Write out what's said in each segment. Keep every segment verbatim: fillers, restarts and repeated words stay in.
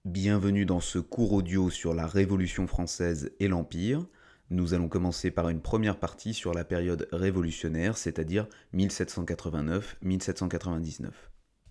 Bienvenue dans ce cours audio sur la Révolution française et l'Empire. Nous allons commencer par une première partie sur la période révolutionnaire, c'est-à-dire mille sept cent quatre-vingt-neuf à mille sept cent quatre-vingt-dix-neuf.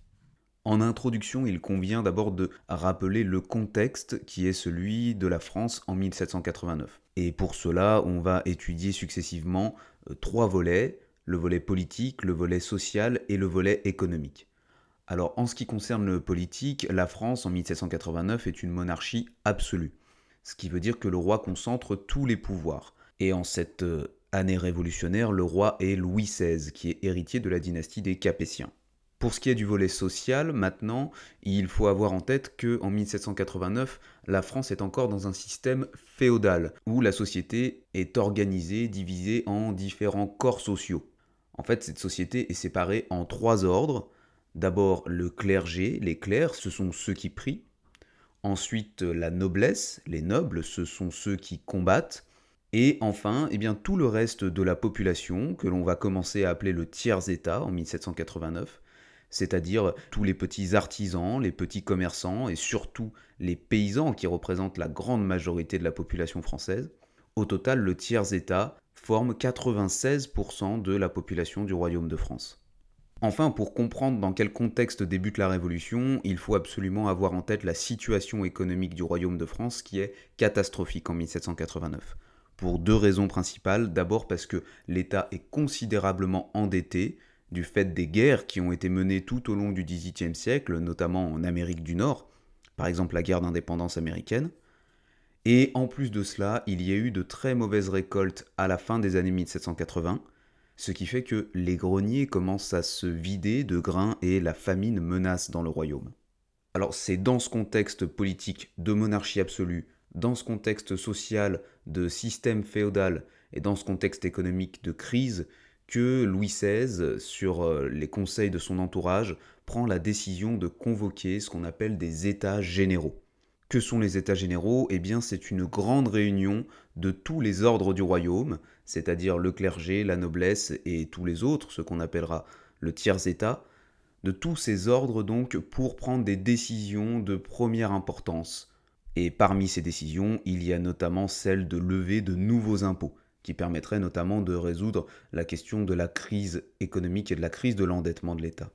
En introduction, il convient d'abord de rappeler le contexte qui est celui de la France en mille sept cent quatre-vingt-neuf. Et pour cela, on va étudier successivement euh, trois volets, le volet politique, le volet social et le volet économique. Alors, en ce qui concerne le politique, la France, en mille sept cent quatre-vingt-neuf, est une monarchie absolue. Ce qui veut dire que le roi concentre tous les pouvoirs. Et en cette euh, année révolutionnaire, le roi est Louis seize, qui est héritier de la dynastie des Capétiens. Pour ce qui est du volet social, maintenant, il faut avoir en tête qu'en mille sept cent quatre-vingt-neuf, la France est encore dans un système féodal, où la société est organisée, divisée en différents corps sociaux. En fait, cette société est séparée en trois ordres. D'abord le clergé, les clercs, ce sont ceux qui prient. Ensuite la noblesse, les nobles, ce sont ceux qui combattent. Et enfin, eh bien, tout le reste de la population, que l'on va commencer à appeler le tiers-état en mille sept cent quatre-vingt-neuf, c'est-à-dire tous les petits artisans, les petits commerçants et surtout les paysans qui représentent la grande majorité de la population française. Au total, le tiers-état forme quatre-vingt-seize pour cent de la population du Royaume de France. Enfin, pour comprendre dans quel contexte débute la Révolution, il faut absolument avoir en tête la situation économique du Royaume de France qui est catastrophique en mille sept cent quatre-vingt-neuf. Pour deux raisons principales. D'abord parce que l'État est considérablement endetté du fait des guerres qui ont été menées tout au long du dix-huitième siècle, notamment en Amérique du Nord, par exemple la guerre d'indépendance américaine. Et en plus de cela, il y a eu de très mauvaises récoltes à la fin des années mille sept cent quatre-vingts, ce qui fait que les greniers commencent à se vider de grains et la famine menace dans le royaume. Alors c'est dans ce contexte politique de monarchie absolue, dans ce contexte social de système féodal et dans ce contexte économique de crise que Louis seize, sur les conseils de son entourage, prend la décision de convoquer ce qu'on appelle des États généraux. Que sont les États généraux ? Eh bien, c'est une grande réunion de tous les ordres du royaume, c'est-à-dire le clergé, la noblesse et tous les autres, ce qu'on appellera le tiers-état, de tous ces ordres donc pour prendre des décisions de première importance. Et parmi ces décisions, il y a notamment celle de lever de nouveaux impôts, qui permettrait notamment de résoudre la question de la crise économique et de la crise de l'endettement de l'État.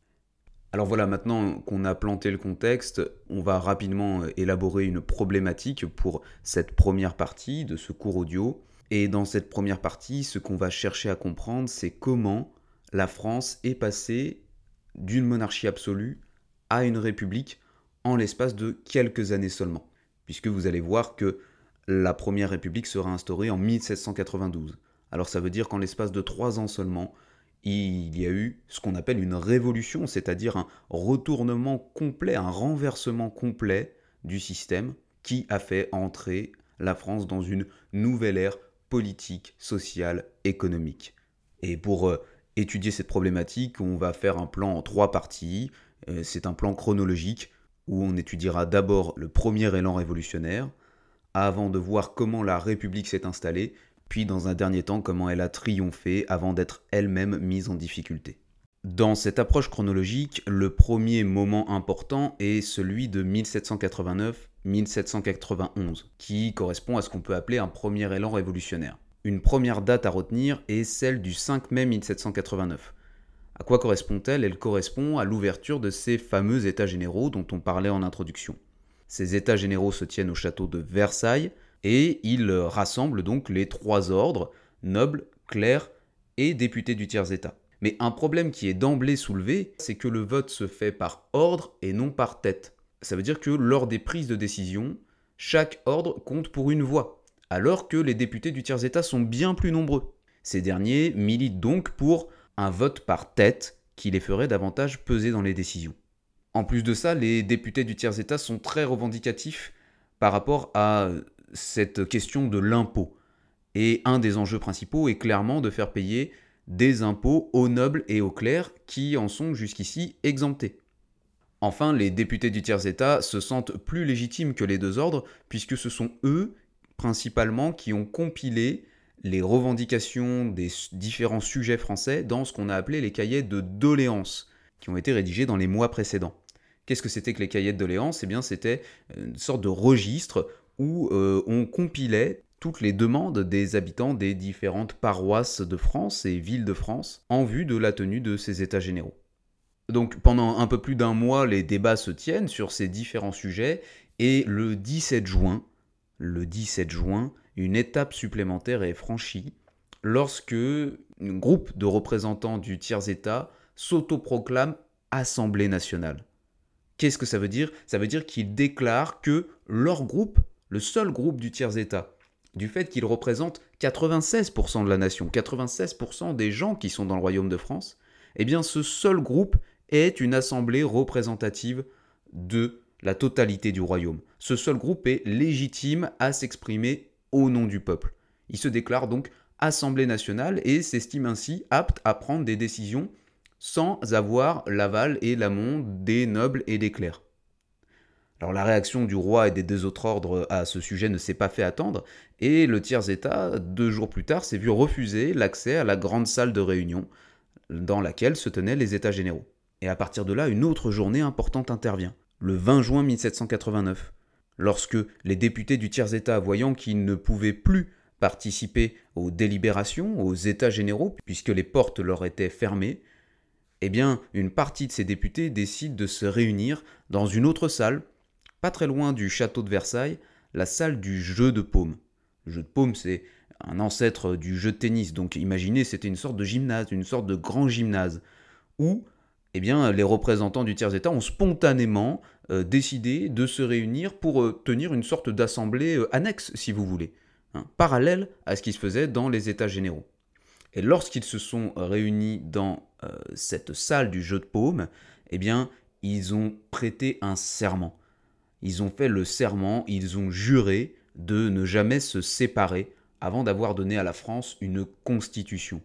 Alors voilà, maintenant qu'on a planté le contexte, on va rapidement élaborer une problématique pour cette première partie de ce cours audio. Et dans cette première partie, ce qu'on va chercher à comprendre, c'est comment la France est passée d'une monarchie absolue à une république en l'espace de quelques années seulement. Puisque vous allez voir que la première république sera instaurée en mille sept cent quatre-vingt-douze. Alors ça veut dire qu'en l'espace de trois ans seulement, il y a eu ce qu'on appelle une révolution, c'est-à-dire un retournement complet, un renversement complet du système qui a fait entrer la France dans une nouvelle ère politique, sociale, économique. Et pour euh, étudier cette problématique, on va faire un plan en trois parties. Euh, c'est un plan chronologique où on étudiera d'abord le premier élan révolutionnaire, avant de voir comment la République s'est installée, puis dans un dernier temps comment elle a triomphé avant d'être elle-même mise en difficulté. Dans cette approche chronologique, le premier moment important est celui de mille sept cent quatre-vingt-neuf à mille sept cent quatre-vingt-onze, qui correspond à ce qu'on peut appeler un premier élan révolutionnaire. Une première date à retenir est celle du cinq mai mille sept cent quatre-vingt-neuf. À quoi correspond-elle ? Elle correspond à l'ouverture de ces fameux États généraux dont on parlait en introduction. Ces États généraux se tiennent au château de Versailles, et ils rassemblent donc les trois ordres, nobles, clercs et députés du tiers-état. Mais un problème qui est d'emblée soulevé, c'est que le vote se fait par ordre et non par tête. Ça veut dire que lors des prises de décision, chaque ordre compte pour une voix, alors que les députés du tiers-état sont bien plus nombreux. Ces derniers militent donc pour un vote par tête qui les ferait davantage peser dans les décisions. En plus de ça, les députés du tiers-état sont très revendicatifs par rapport à cette question de l'impôt. Et un des enjeux principaux est clairement de faire payer des impôts aux nobles et aux clercs qui en sont jusqu'ici exemptés. Enfin, les députés du tiers-état se sentent plus légitimes que les deux ordres, puisque ce sont eux, principalement, qui ont compilé les revendications des différents sujets français dans ce qu'on a appelé les cahiers de doléances, qui ont été rédigés dans les mois précédents. Qu'est-ce que c'était que les cahiers de doléances? Eh bien, c'était une sorte de registre où euh, on compilait toutes les demandes des habitants des différentes paroisses de France et villes de France en vue de la tenue de ces états généraux. Donc pendant un peu plus d'un mois, les débats se tiennent sur ces différents sujets et le dix-sept juin, le dix-sept juin, une étape supplémentaire est franchie lorsque un groupe de représentants du tiers-État s'autoproclame Assemblée nationale. Qu'est-ce que ça veut dire? Ça veut dire qu'ils déclarent que leur groupe, le seul groupe du tiers-État, du fait qu'il représente quatre-vingt-seize pour cent de la nation, quatre-vingt-seize pour cent des gens qui sont dans le royaume de France, eh bien ce seul groupe est une assemblée représentative de la totalité du royaume. Ce seul groupe est légitime à s'exprimer au nom du peuple. Il se déclare donc Assemblée nationale et s'estime ainsi apte à prendre des décisions sans avoir l'aval et l'amont des nobles et des clercs. Alors la réaction du roi et des deux autres ordres à ce sujet ne s'est pas fait attendre, et le tiers-État, deux jours plus tard, s'est vu refuser l'accès à la grande salle de réunion dans laquelle se tenaient les États généraux. Et à partir de là, une autre journée importante intervient, le vingt juin mille sept cent quatre-vingt-neuf, lorsque les députés du tiers-État, voyant qu'ils ne pouvaient plus participer aux délibérations, aux États généraux, puisque les portes leur étaient fermées, eh bien, une partie de ces députés décide de se réunir dans une autre salle, pas très loin du château de Versailles, la salle du jeu de paume. Le jeu de paume, c'est un ancêtre du jeu de tennis, donc imaginez, c'était une sorte de gymnase, une sorte de grand gymnase, où eh bien, les représentants du tiers-État ont spontanément euh, décidé de se réunir pour euh, tenir une sorte d'assemblée euh, annexe, si vous voulez, hein, parallèle à ce qui se faisait dans les États généraux. Et lorsqu'ils se sont réunis dans euh, cette salle du jeu de paume, eh bien, ils ont prêté un serment. Ils ont fait le serment, ils ont juré de ne jamais se séparer avant d'avoir donné à la France une constitution.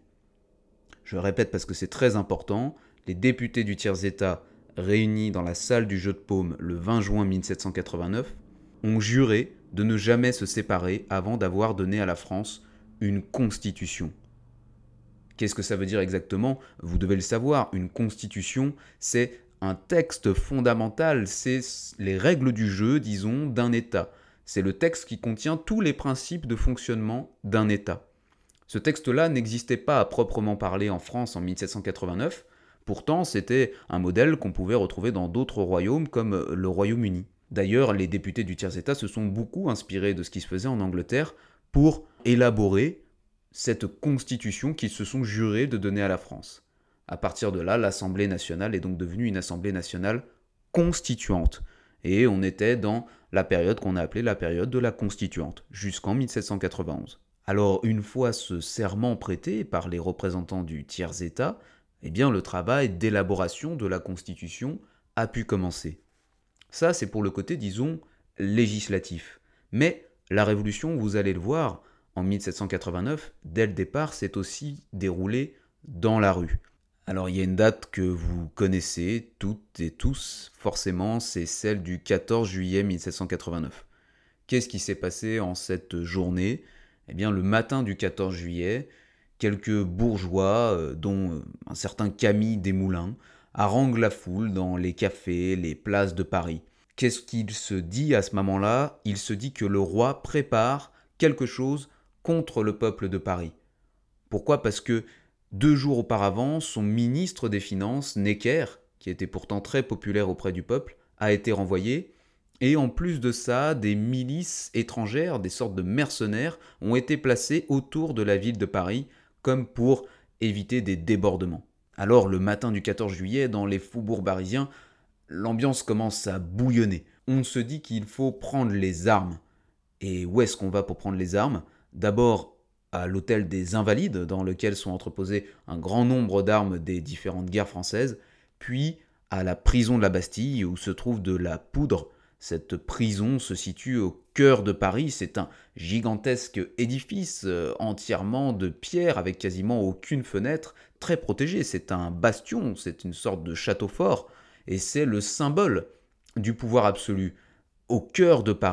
Je répète parce que c'est très important, les députés du tiers-État réunis dans la salle du jeu de paume le vingt juin mille sept cent quatre-vingt-neuf ont juré de ne jamais se séparer avant d'avoir donné à la France une constitution. Qu'est-ce que ça veut dire exactement? Vous devez le savoir, une constitution, c'est un texte fondamental, c'est les règles du jeu, disons, d'un État. C'est le texte qui contient tous les principes de fonctionnement d'un État. Ce texte-là n'existait pas à proprement parler en France en mille sept cent quatre-vingt-neuf, pourtant c'était un modèle qu'on pouvait retrouver dans d'autres royaumes comme le Royaume-Uni. D'ailleurs, les députés du tiers-État se sont beaucoup inspirés de ce qui se faisait en Angleterre pour élaborer cette constitution qu'ils se sont jurés de donner à la France. À partir de là, l'Assemblée nationale est donc devenue une Assemblée nationale constituante. Et on était dans la période qu'on a appelée la période de la Constituante, jusqu'en mille sept cent quatre-vingt-onze. Alors, une fois ce serment prêté par les représentants du tiers-État, eh bien, le travail d'élaboration de la Constitution a pu commencer. Ça, c'est pour le côté, disons, législatif. Mais la Révolution, vous allez le voir, en mille sept cent quatre-vingt-neuf, dès le départ, s'est aussi déroulée dans la rue. Alors il y a une date que vous connaissez toutes et tous, forcément, c'est celle du quatorze juillet mille sept cent quatre-vingt-neuf. Qu'est-ce qui s'est passé en cette journée? Eh bien, le matin du quatorze juillet, quelques bourgeois, euh, dont un certain Camille Desmoulins, haranguent la foule dans les cafés, les places de Paris. Qu'est-ce qu'il se dit à ce moment-là? Il se dit que le roi prépare quelque chose contre le peuple de Paris. Pourquoi? Parce que deux jours auparavant, son ministre des Finances, Necker, qui était pourtant très populaire auprès du peuple, a été renvoyé. Et en plus de ça, des milices étrangères, des sortes de mercenaires, ont été placés autour de la ville de Paris, comme pour éviter des débordements. Alors, le matin du quatorze juillet, dans les faubourgs parisiens, l'ambiance commence à bouillonner. On se dit qu'il faut prendre les armes. Et où est-ce qu'on va pour prendre les armes? D'abord, à l'hôtel des Invalides, dans lequel sont entreposées un grand nombre d'armes des différentes guerres françaises, puis à la prison de la Bastille, où se trouve de la poudre. Cette prison se situe au cœur de Paris, c'est un gigantesque édifice euh, entièrement de pierre, avec quasiment aucune fenêtre, très protégé. C'est un bastion, c'est une sorte de château fort, et c'est le symbole du pouvoir absolu, au cœur de Paris.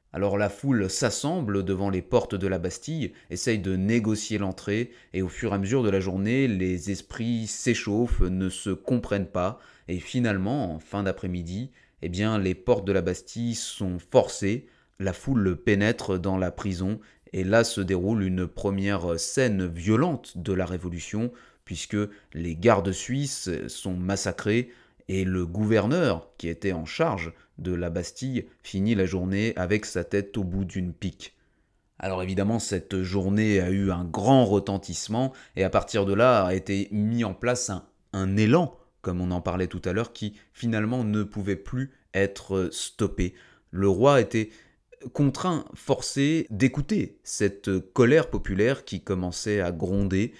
Alors la foule s'assemble devant les portes de la Bastille, essaye de négocier l'entrée, et au fur et à mesure de la journée, les esprits s'échauffent, ne se comprennent pas, et finalement, en fin d'après-midi, eh bien, les portes de la Bastille sont forcées, la foule pénètre dans la prison, et là se déroule une première scène violente de la Révolution, puisque les gardes suisses sont massacrés, et le gouverneur, qui était en charge de la Bastille, finit la journée avec sa tête au bout d'une pique. Alors évidemment, cette journée a eu un grand retentissement, et à partir de là a été mis en place un, un élan, comme on en parlait tout à l'heure, qui finalement ne pouvait plus être stoppé. Le roi était contraint, forcé d'écouter cette colère populaire qui commençait à gronder,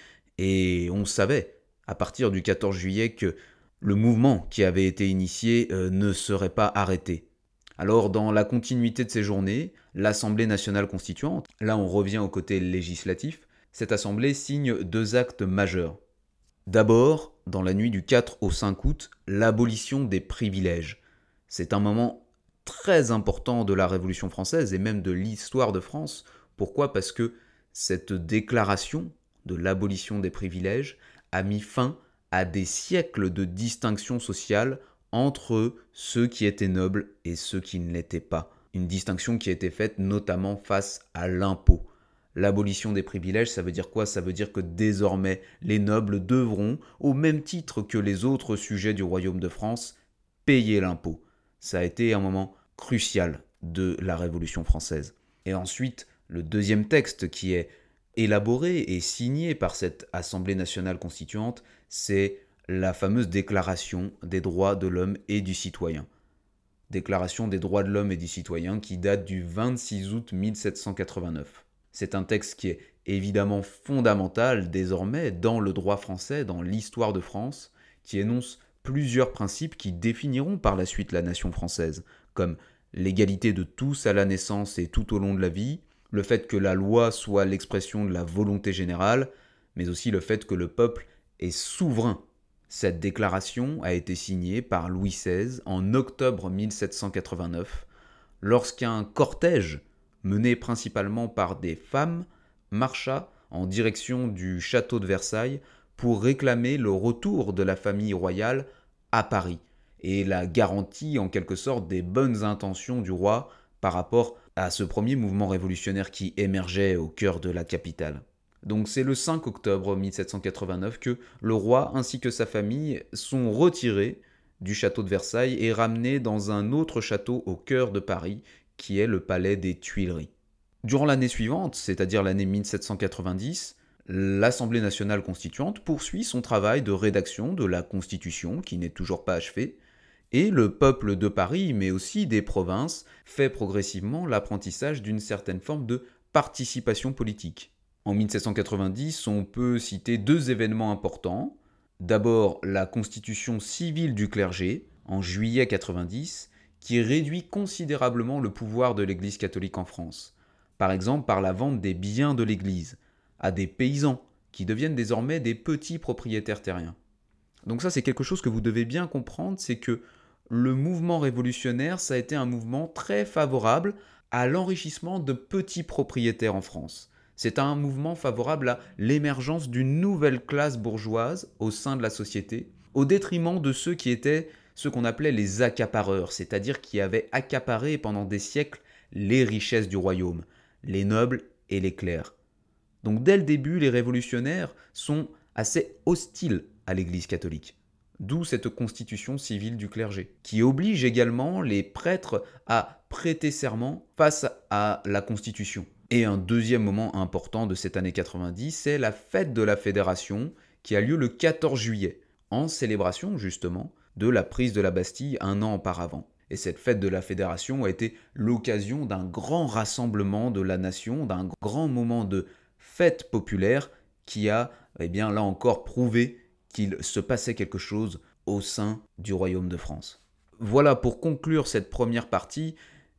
et on savait, à partir du quatorze juillet, que le mouvement qui avait été initié euh, ne serait pas arrêté. Alors, dans la continuité de ces journées, l'Assemblée nationale constituante, là on revient au côté législatif, cette assemblée signe deux actes majeurs. D'abord, dans la nuit du quatre au cinq août, l'abolition des privilèges. C'est un moment très important de la Révolution française et même de l'histoire de France. Pourquoi ? Parce que cette déclaration de l'abolition des privilèges a mis fin à des siècles de distinction sociale entre ceux qui étaient nobles et ceux qui ne l'étaient pas. Une distinction qui a été faite notamment face à l'impôt. L'abolition des privilèges, ça veut dire quoi ? Ça veut dire que désormais, les nobles devront, au même titre que les autres sujets du royaume de France, payer l'impôt. Ça a été un moment crucial de la Révolution française. Et ensuite, le deuxième texte qui est élaboré et signé par cette Assemblée nationale constituante, c'est la fameuse Déclaration des droits de l'homme et du citoyen. Déclaration des droits de l'homme et du citoyen qui date du vingt-six août mille sept cent quatre-vingt-neuf. C'est un texte qui est évidemment fondamental désormais dans le droit français, dans l'histoire de France, qui énonce plusieurs principes qui définiront par la suite la nation française, comme l'égalité de tous à la naissance et tout au long de la vie, le fait que la loi soit l'expression de la volonté générale, mais aussi le fait que le peuple est souverain. Cette déclaration a été signée par Louis seize en octobre mille sept cent quatre-vingt-neuf, lorsqu'un cortège, mené principalement par des femmes, marcha en direction du château de Versailles pour réclamer le retour de la famille royale à Paris et la garantie en quelque sorte des bonnes intentions du roi par rapport à ce premier mouvement révolutionnaire qui émergeait au cœur de la capitale. Donc c'est le cinq octobre mille sept cent quatre-vingt-neuf que le roi ainsi que sa famille sont retirés du château de Versailles et ramenés dans un autre château au cœur de Paris qui est le palais des Tuileries. Durant l'année suivante, c'est-à-dire l'année mille sept cent quatre-vingt-dix, l'Assemblée nationale constituante poursuit son travail de rédaction de la Constitution qui n'est toujours pas achevée, et le peuple de Paris, mais aussi des provinces, fait progressivement l'apprentissage d'une certaine forme de participation politique. En mille sept cent quatre-vingt-dix, on peut citer deux événements importants. D'abord, la constitution civile du clergé, en juillet quatre-vingt-dix, qui réduit considérablement le pouvoir de l'Église catholique en France. Par exemple, par la vente des biens de l'Église à des paysans, qui deviennent désormais des petits propriétaires terriens. Donc ça, c'est quelque chose que vous devez bien comprendre, c'est que le mouvement révolutionnaire, ça a été un mouvement très favorable à l'enrichissement de petits propriétaires en France. C'est un mouvement favorable à l'émergence d'une nouvelle classe bourgeoise au sein de la société, au détriment de ceux qui étaient ce qu'on appelait les accapareurs, c'est-à-dire qui avaient accaparé pendant des siècles les richesses du royaume, les nobles et les clercs. Donc dès le début, les révolutionnaires sont assez hostiles à l'Église catholique. D'où cette constitution civile du clergé, qui oblige également les prêtres à prêter serment face à la Constitution. Et un deuxième moment important de cette année quatre-vingt-dix, c'est la fête de la Fédération qui a lieu le quatorze juillet, en célébration justement de la prise de la Bastille un an auparavant. Et cette fête de la Fédération a été l'occasion d'un grand rassemblement de la nation, d'un grand moment de fête populaire qui a, eh bien, là encore prouvé qu'il se passait quelque chose au sein du Royaume de France. Voilà pour conclure cette première partie.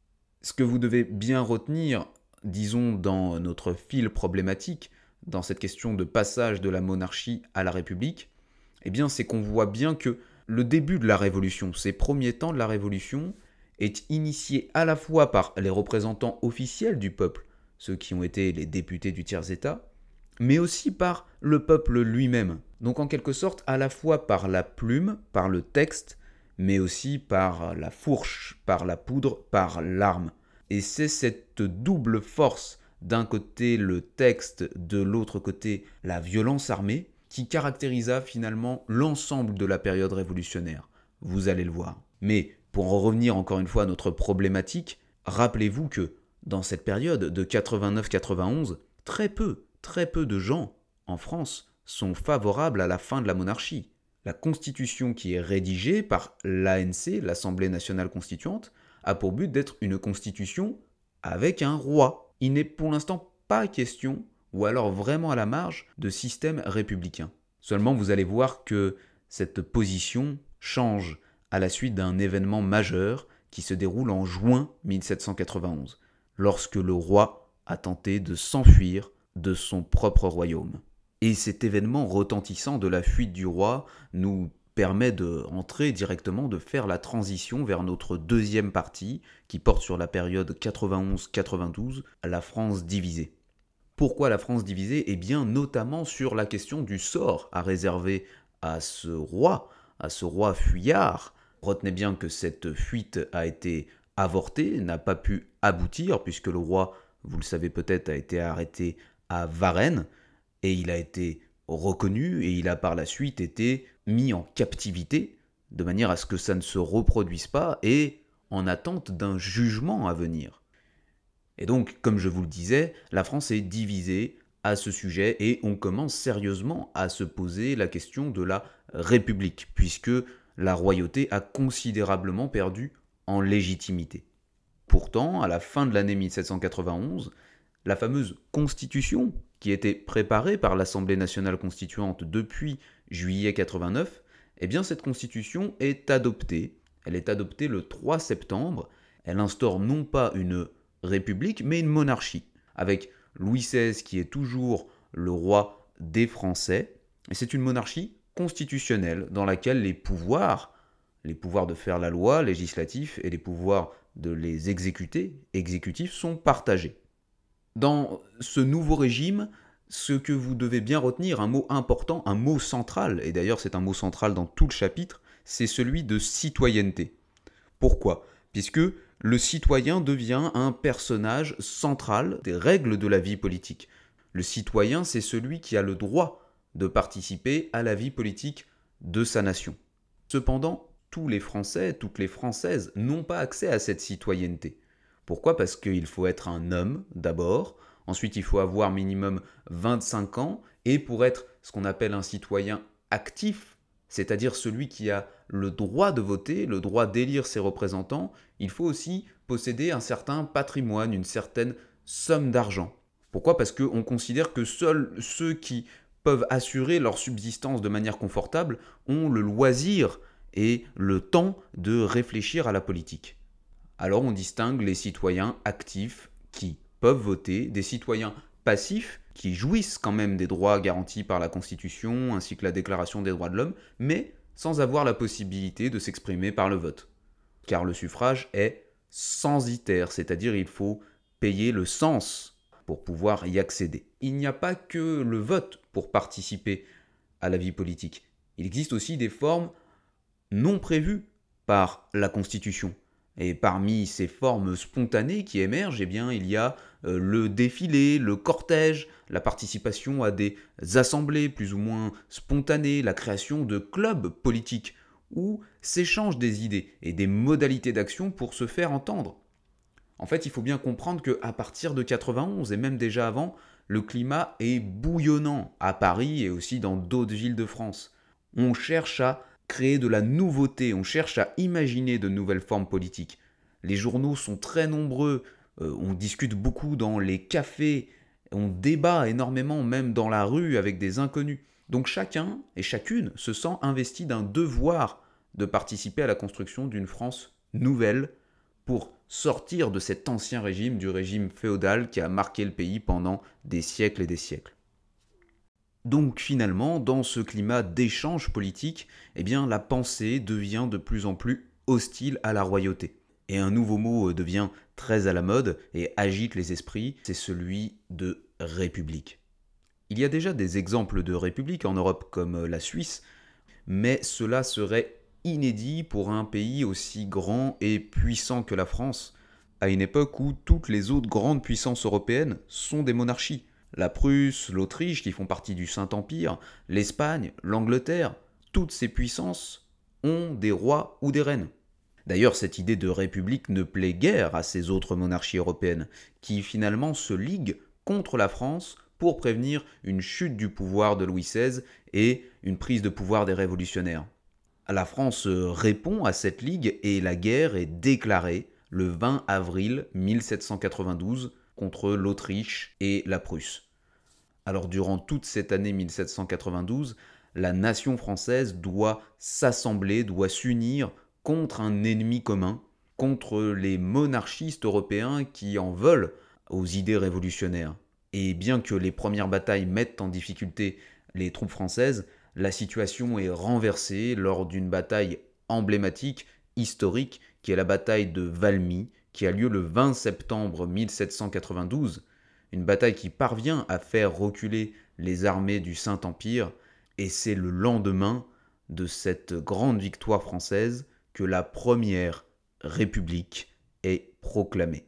Ce que vous devez bien retenir, disons dans notre fil problématique, dans cette question de passage de la monarchie à la République, eh bien c'est qu'on voit bien que le début de la Révolution, ces premiers temps de la Révolution, est initié à la fois par les représentants officiels du peuple, ceux qui ont été les députés du tiers-État, mais aussi par le peuple lui-même. Donc en quelque sorte, à la fois par la plume, par le texte, mais aussi par la fourche, par la poudre, par l'arme. Et c'est cette double force, d'un côté le texte, de l'autre côté la violence armée, qui caractérisa finalement l'ensemble de la période révolutionnaire. Vous allez le voir. Mais pour en revenir encore une fois à notre problématique, rappelez-vous que dans cette période de quatre-vingt-neuf quatre-vingt-onze, très peu, très peu de gens en France sont favorables à la fin de la monarchie. La constitution qui est rédigée par l'A N C, l'Assemblée nationale constituante, a pour but d'être une constitution avec un roi. Il n'est pour l'instant pas question, ou alors vraiment à la marge, de système républicain. Seulement vous allez voir que cette position change à la suite d'un événement majeur qui se déroule en juin mille sept cent quatre-vingt-onze, lorsque le roi a tenté de s'enfuir de son propre royaume. Et cet événement retentissant de la fuite du roi nous permet de entrer directement, de faire la transition vers notre deuxième partie, qui porte sur la période quatre-vingt-onze quatre-vingt-douze, la France divisée. Pourquoi la France divisée ? Eh bien, notamment sur la question du sort à réserver à ce roi, à ce roi fuyard. Retenez bien que cette fuite a été avortée, n'a pas pu aboutir, puisque le roi, vous le savez peut-être, a été arrêté à Varennes, et il a été reconnu, et il a par la suite été mis en captivité, de manière à ce que ça ne se reproduise pas, et en attente d'un jugement à venir. Et donc, comme je vous le disais, la France est divisée à ce sujet, et on commence sérieusement à se poser la question de la République, puisque la royauté a considérablement perdu en légitimité. Pourtant, à la fin de l'année mille sept cent quatre-vingt-onze, la fameuse Constitution, qui était préparée par l'Assemblée nationale constituante depuis juillet quatre-vingt-neuf, eh bien cette Constitution est adoptée. Elle est adoptée le trois septembre. Elle instaure non pas une république, mais une monarchie, avec Louis seize qui est toujours le roi des Français. Et c'est une monarchie constitutionnelle dans laquelle les pouvoirs, les pouvoirs de faire la loi, législatifs, et les pouvoirs de les exécuter, exécutifs, sont partagés. Dans ce nouveau régime, ce que vous devez bien retenir, un mot important, un mot central, et d'ailleurs c'est un mot central dans tout le chapitre, c'est celui de citoyenneté. Pourquoi ? Puisque le citoyen devient un personnage central des règles de la vie politique. Le citoyen, c'est celui qui a le droit de participer à la vie politique de sa nation. Cependant, tous les Français, toutes les Françaises n'ont pas accès à cette citoyenneté. Pourquoi ? Parce qu'il faut être un homme d'abord, ensuite il faut avoir minimum vingt-cinq ans, et pour être ce qu'on appelle un citoyen actif, c'est-à-dire celui qui a le droit de voter, le droit d'élire ses représentants, il faut aussi posséder un certain patrimoine, une certaine somme d'argent. Pourquoi ? Parce qu'on considère que seuls ceux qui peuvent assurer leur subsistance de manière confortable ont le loisir et le temps de réfléchir à la politique. Alors on distingue les citoyens actifs qui peuvent voter, des citoyens passifs qui jouissent quand même des droits garantis par la Constitution ainsi que la Déclaration des droits de l'homme, mais sans avoir la possibilité de s'exprimer par le vote. Car le suffrage est censitaire, c'est-à-dire il faut payer le cens pour pouvoir y accéder. Il n'y a pas que le vote pour participer à la vie politique. Il existe aussi des formes non prévues par la Constitution. Et parmi ces formes spontanées qui émergent, eh bien, il y a euh, le défilé, le cortège, la participation à des assemblées plus ou moins spontanées, la création de clubs politiques où s'échangent des idées et des modalités d'action pour se faire entendre. En fait, il faut bien comprendre qu'à partir de quatre-vingt-onze et même déjà avant, le climat est bouillonnant à Paris et aussi dans d'autres villes de France. On cherche à créer de la nouveauté, on cherche à imaginer de nouvelles formes politiques. Les journaux sont très nombreux, euh, on discute beaucoup dans les cafés, on débat énormément même dans la rue avec des inconnus. Donc chacun et chacune se sent investi d'un devoir de participer à la construction d'une France nouvelle pour sortir de cet ancien régime, du régime féodal qui a marqué le pays pendant des siècles et des siècles. Donc finalement, dans ce climat d'échange politique, eh bien, la pensée devient de plus en plus hostile à la royauté. Et un nouveau mot devient très à la mode et agite les esprits, c'est celui de république. Il y a déjà des exemples de républiques en Europe comme la Suisse, mais cela serait inédit pour un pays aussi grand et puissant que la France, à une époque où toutes les autres grandes puissances européennes sont des monarchies. La Prusse, l'Autriche qui font partie du Saint-Empire, l'Espagne, l'Angleterre, toutes ces puissances ont des rois ou des reines. D'ailleurs, cette idée de république ne plaît guère à ces autres monarchies européennes, qui finalement se liguent contre la France pour prévenir une chute du pouvoir de Louis seize et une prise de pouvoir des révolutionnaires. La France répond à cette ligue et la guerre est déclarée le vingt avril mille sept cent quatre-vingt-douze contre l'Autriche et la Prusse. Alors durant toute cette année mille sept cent quatre-vingt-douze, la nation française doit s'assembler, doit s'unir contre un ennemi commun, contre les monarchistes européens qui en veulent aux idées révolutionnaires. Et bien que les premières batailles mettent en difficulté les troupes françaises, la situation est renversée lors d'une bataille emblématique, historique, qui est la bataille de Valmy, qui a lieu le vingt septembre mille sept cent quatre-vingt-douze, une bataille qui parvient à faire reculer les armées du Saint-Empire, et c'est le lendemain de cette grande victoire française que la première République est proclamée.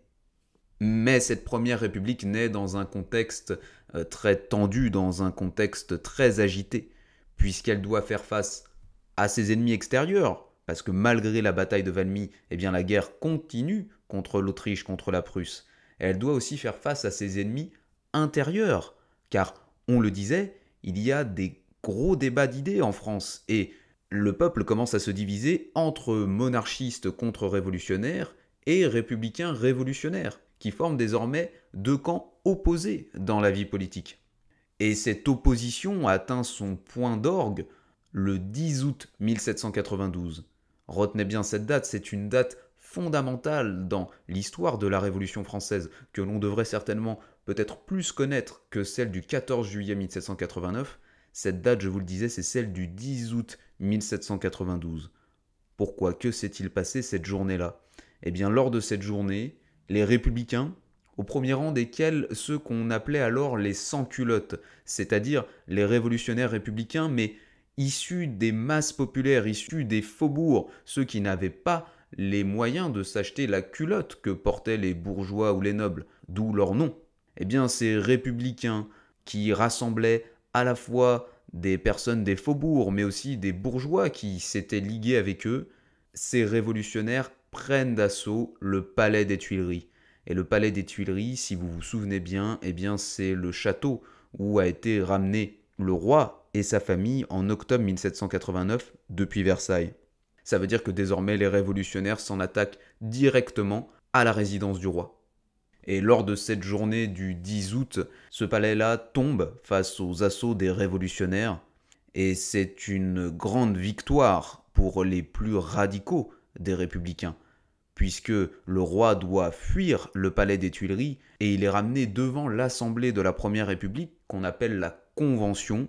Mais cette première République naît dans un contexte euh, très tendu, dans un contexte très agité, puisqu'elle doit faire face à ses ennemis extérieurs, parce que malgré la bataille de Valmy, eh bien la guerre continue contre l'Autriche, contre la Prusse. Et elle doit aussi faire face à ses ennemis intérieurs, car, on le disait, il y a des gros débats d'idées en France, et le peuple commence à se diviser entre monarchistes contre-révolutionnaires et républicains révolutionnaires, qui forment désormais deux camps opposés dans la vie politique. Et cette opposition a atteint son point d'orgue le dix août mille sept cent quatre-vingt-douze. Retenez bien cette date, c'est une date fondamentale dans l'histoire de la Révolution française, que l'on devrait certainement peut-être plus connaître que celle du quatorze juillet mille sept cent quatre-vingt-neuf. Cette date, je vous le disais, c'est celle du dix août mille sept cent quatre-vingt-douze. Pourquoi? Que s'est-il passé cette journée-là? Eh bien, lors de cette journée, les républicains, au premier rang desquels ceux qu'on appelait alors les sans-culottes, c'est-à-dire les révolutionnaires républicains, mais issus des masses populaires, issus des faubourgs, ceux qui n'avaient pas les moyens de s'acheter la culotte que portaient les bourgeois ou les nobles, d'où leur nom. Eh bien, ces républicains qui rassemblaient à la fois des personnes des faubourgs, mais aussi des bourgeois qui s'étaient ligués avec eux, ces révolutionnaires prennent d'assaut le palais des Tuileries. Et le palais des Tuileries, si vous vous souvenez bien, eh bien c'est le château où a été ramené le roi et sa famille en octobre mille sept cent quatre-vingt-neuf depuis Versailles. Ça veut dire que désormais les révolutionnaires s'en attaquent directement à la résidence du roi. Et lors de cette journée du dix août, ce palais-là tombe face aux assauts des révolutionnaires, et c'est une grande victoire pour les plus radicaux des républicains, puisque le roi doit fuir le palais des Tuileries et il est ramené devant l'Assemblée de la Première République, qu'on appelle la Convention,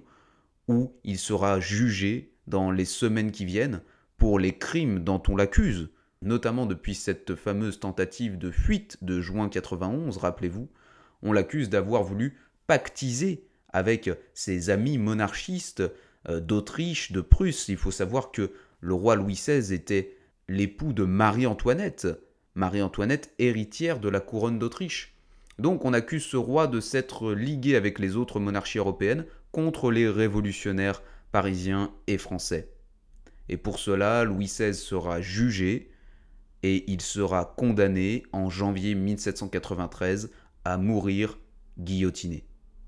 où il sera jugé dans les semaines qui viennent pour les crimes dont on l'accuse, notamment depuis cette fameuse tentative de fuite de juin quatre-vingt-onze, rappelez-vous, on l'accuse d'avoir voulu pactiser avec ses amis monarchistes d'Autriche, de Prusse. Il faut savoir que le roi Louis seize était l'époux de Marie-Antoinette, Marie-Antoinette héritière de la couronne d'Autriche. Donc on accuse ce roi de s'être ligué avec les autres monarchies européennes contre les révolutionnaires parisiens et français. Et pour cela, Louis seize sera jugé et il sera condamné en janvier mille sept cent quatre-vingt-treize à mourir guillotiné.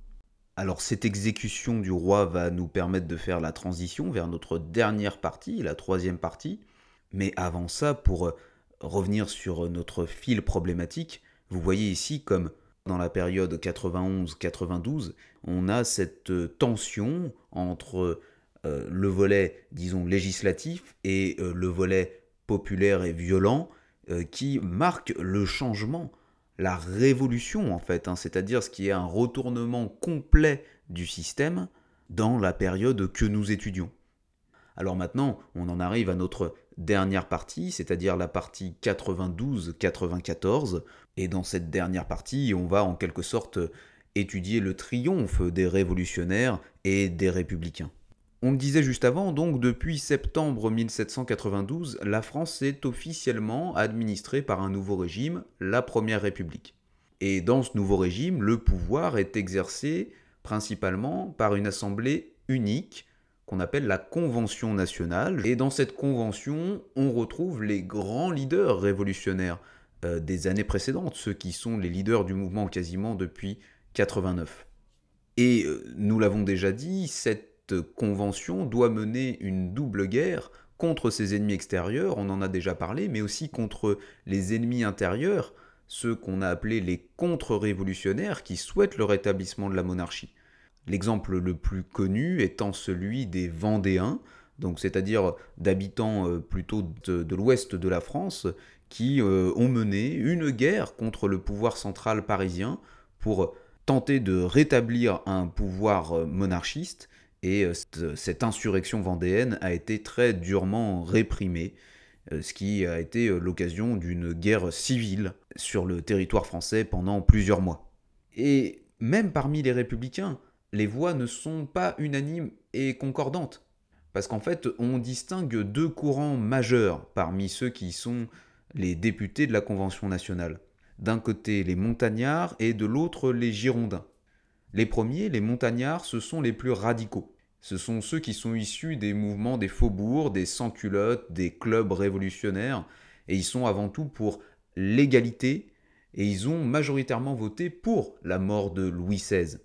Alors cette exécution du roi va nous permettre de faire la transition vers notre dernière partie, la troisième partie. Mais avant ça, pour revenir sur notre fil problématique, vous voyez ici comme dans la période quatre-vingt-onze quatre-vingt-douze, on a cette tension entre euh, le volet, disons, législatif et euh, le volet populaire et violent euh, qui marque le changement, la révolution en fait, hein, c'est-à-dire ce qui est un retournement complet du système dans la période que nous étudions. Alors maintenant, on en arrive à notre dernière partie, c'est-à-dire la partie quatre-vingt-douze quatre-vingt-quatorze. Et dans cette dernière partie, on va en quelque sorte étudier le triomphe des révolutionnaires et des républicains. On le disait juste avant, donc depuis septembre mille sept cent quatre-vingt-douze, la France est officiellement administrée par un nouveau régime, la Première République. Et dans ce nouveau régime, le pouvoir est exercé principalement par une assemblée unique qu'on appelle la Convention nationale. Et dans cette convention, on retrouve les grands leaders révolutionnaires euh, des années précédentes, ceux qui sont les leaders du mouvement quasiment depuis quatre-vingt-neuf. Et euh, nous l'avons déjà dit, cette convention doit mener une double guerre contre ses ennemis extérieurs, on en a déjà parlé, mais aussi contre les ennemis intérieurs, ceux qu'on a appelés les contre-révolutionnaires qui souhaitent le rétablissement de la monarchie. L'exemple le plus connu étant celui des Vendéens, donc c'est-à-dire d'habitants euh, plutôt de, de l'ouest de la France, qui euh, ont mené une guerre contre le pouvoir central parisien pour tenter de rétablir un pouvoir monarchiste, et euh, cette insurrection vendéenne a été très durement réprimée, euh, ce qui a été l'occasion d'une guerre civile sur le territoire français pendant plusieurs mois. Et même parmi les républicains, les voix ne sont pas unanimes et concordantes. Parce qu'en fait, on distingue deux courants majeurs parmi ceux qui sont les députés de la Convention nationale. D'un côté, les montagnards et de l'autre, les girondins. Les premiers, les montagnards, ce sont les plus radicaux. Ce sont ceux qui sont issus des mouvements des faubourgs, des sans-culottes, des clubs révolutionnaires, et ils sont avant tout pour l'égalité, et ils ont majoritairement voté pour la mort de Louis seize.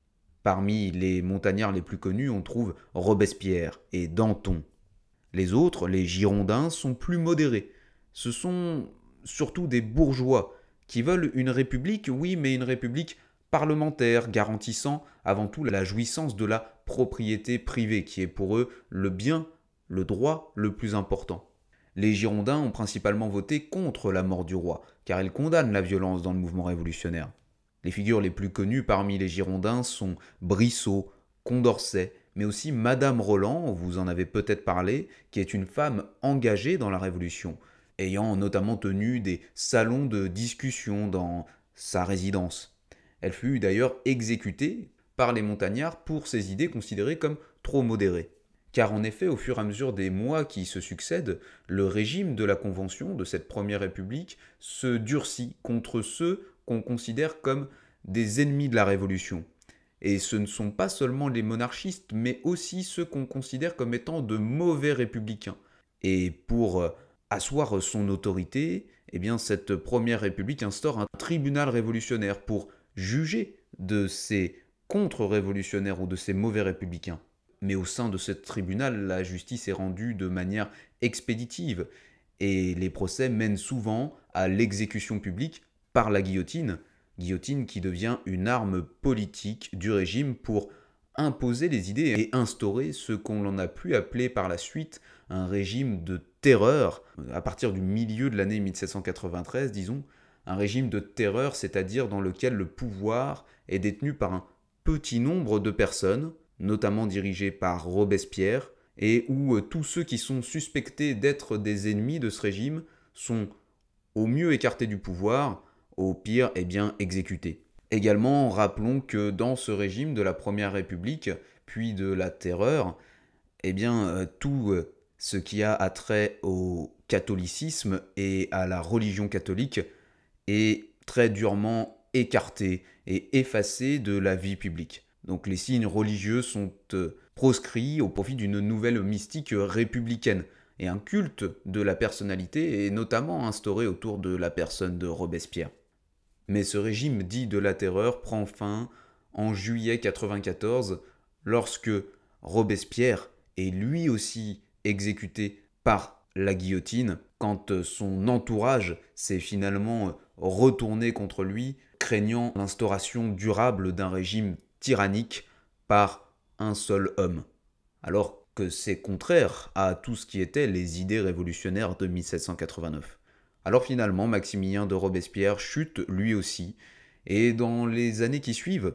Parmi les montagnards les plus connus, on trouve Robespierre et Danton. Les autres, les Girondins, sont plus modérés. Ce sont surtout des bourgeois qui veulent une république, oui, mais une république parlementaire, garantissant avant tout la jouissance de la propriété privée, qui est pour eux le bien, le droit le plus important. Les Girondins ont principalement voté contre la mort du roi, car ils condamnent la violence dans le mouvement révolutionnaire. Les figures les plus connues parmi les Girondins sont Brissot, Condorcet, mais aussi Madame Roland, vous en avez peut-être parlé, qui est une femme engagée dans la Révolution, ayant notamment tenu des salons de discussion dans sa résidence. Elle fut d'ailleurs exécutée par les montagnards pour ses idées considérées comme trop modérées. Car en effet, au fur et à mesure des mois qui se succèdent, le régime de la Convention, de cette Première République, se durcit contre ceux qu'on considère comme des ennemis de la Révolution. Et ce ne sont pas seulement les monarchistes, mais aussi ceux qu'on considère comme étant de mauvais républicains. Et pour asseoir son autorité, eh bien, cette Première République instaure un tribunal révolutionnaire pour juger de ces contre-révolutionnaires ou de ces mauvais républicains. Mais au sein de ce tribunal, la justice est rendue de manière expéditive, et les procès mènent souvent à l'exécution publique par la guillotine, guillotine qui devient une arme politique du régime pour imposer les idées et instaurer ce qu'on en a pu appeler par la suite un régime de terreur, à partir du milieu de l'année mille sept cent quatre-vingt-treize, disons, un régime de terreur, c'est-à-dire dans lequel le pouvoir est détenu par un petit nombre de personnes, notamment dirigées par Robespierre, et où tous ceux qui sont suspectés d'être des ennemis de ce régime sont au mieux écartés du pouvoir, au pire, eh bien, exécutés. Également, rappelons que dans ce régime de la Première République, puis de la Terreur, eh bien, euh, tout euh, ce qui a attrait au catholicisme et à la religion catholique est très durement écarté et effacé de la vie publique. Donc les signes religieux sont euh, proscrits au profit d'une nouvelle mystique républicaine, et un culte de la personnalité est notamment instauré autour de la personne de Robespierre. Mais ce régime dit de la terreur prend fin en juillet quatre-vingt-quatorze, lorsque Robespierre est lui aussi exécuté par la guillotine, quand son entourage s'est finalement retourné contre lui, craignant l'instauration durable d'un régime tyrannique par un seul homme. Alors que c'est contraire à tout ce qui étaient les idées révolutionnaires de mille sept cent quatre-vingt-neuf. Alors finalement, Maximilien de Robespierre chute lui aussi, et dans les années qui suivent,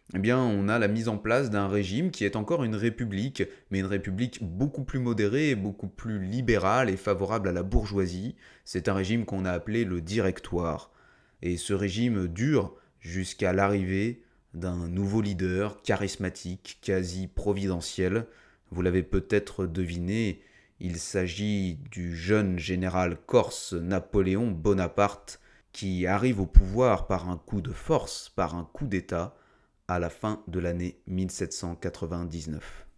Eh bien, on a la mise en place d'un régime qui est encore une république, mais une république beaucoup plus modérée, beaucoup plus libérale et favorable à la bourgeoisie. C'est un régime qu'on a appelé le Directoire. Et ce régime dure jusqu'à l'arrivée d'un nouveau leader charismatique, quasi providentiel. Vous l'avez peut-être deviné, il s'agit du jeune général corse Napoléon Bonaparte qui arrive au pouvoir par un coup de force, par un coup d'État, à la fin de l'année mille sept cent quatre-vingt-dix-neuf.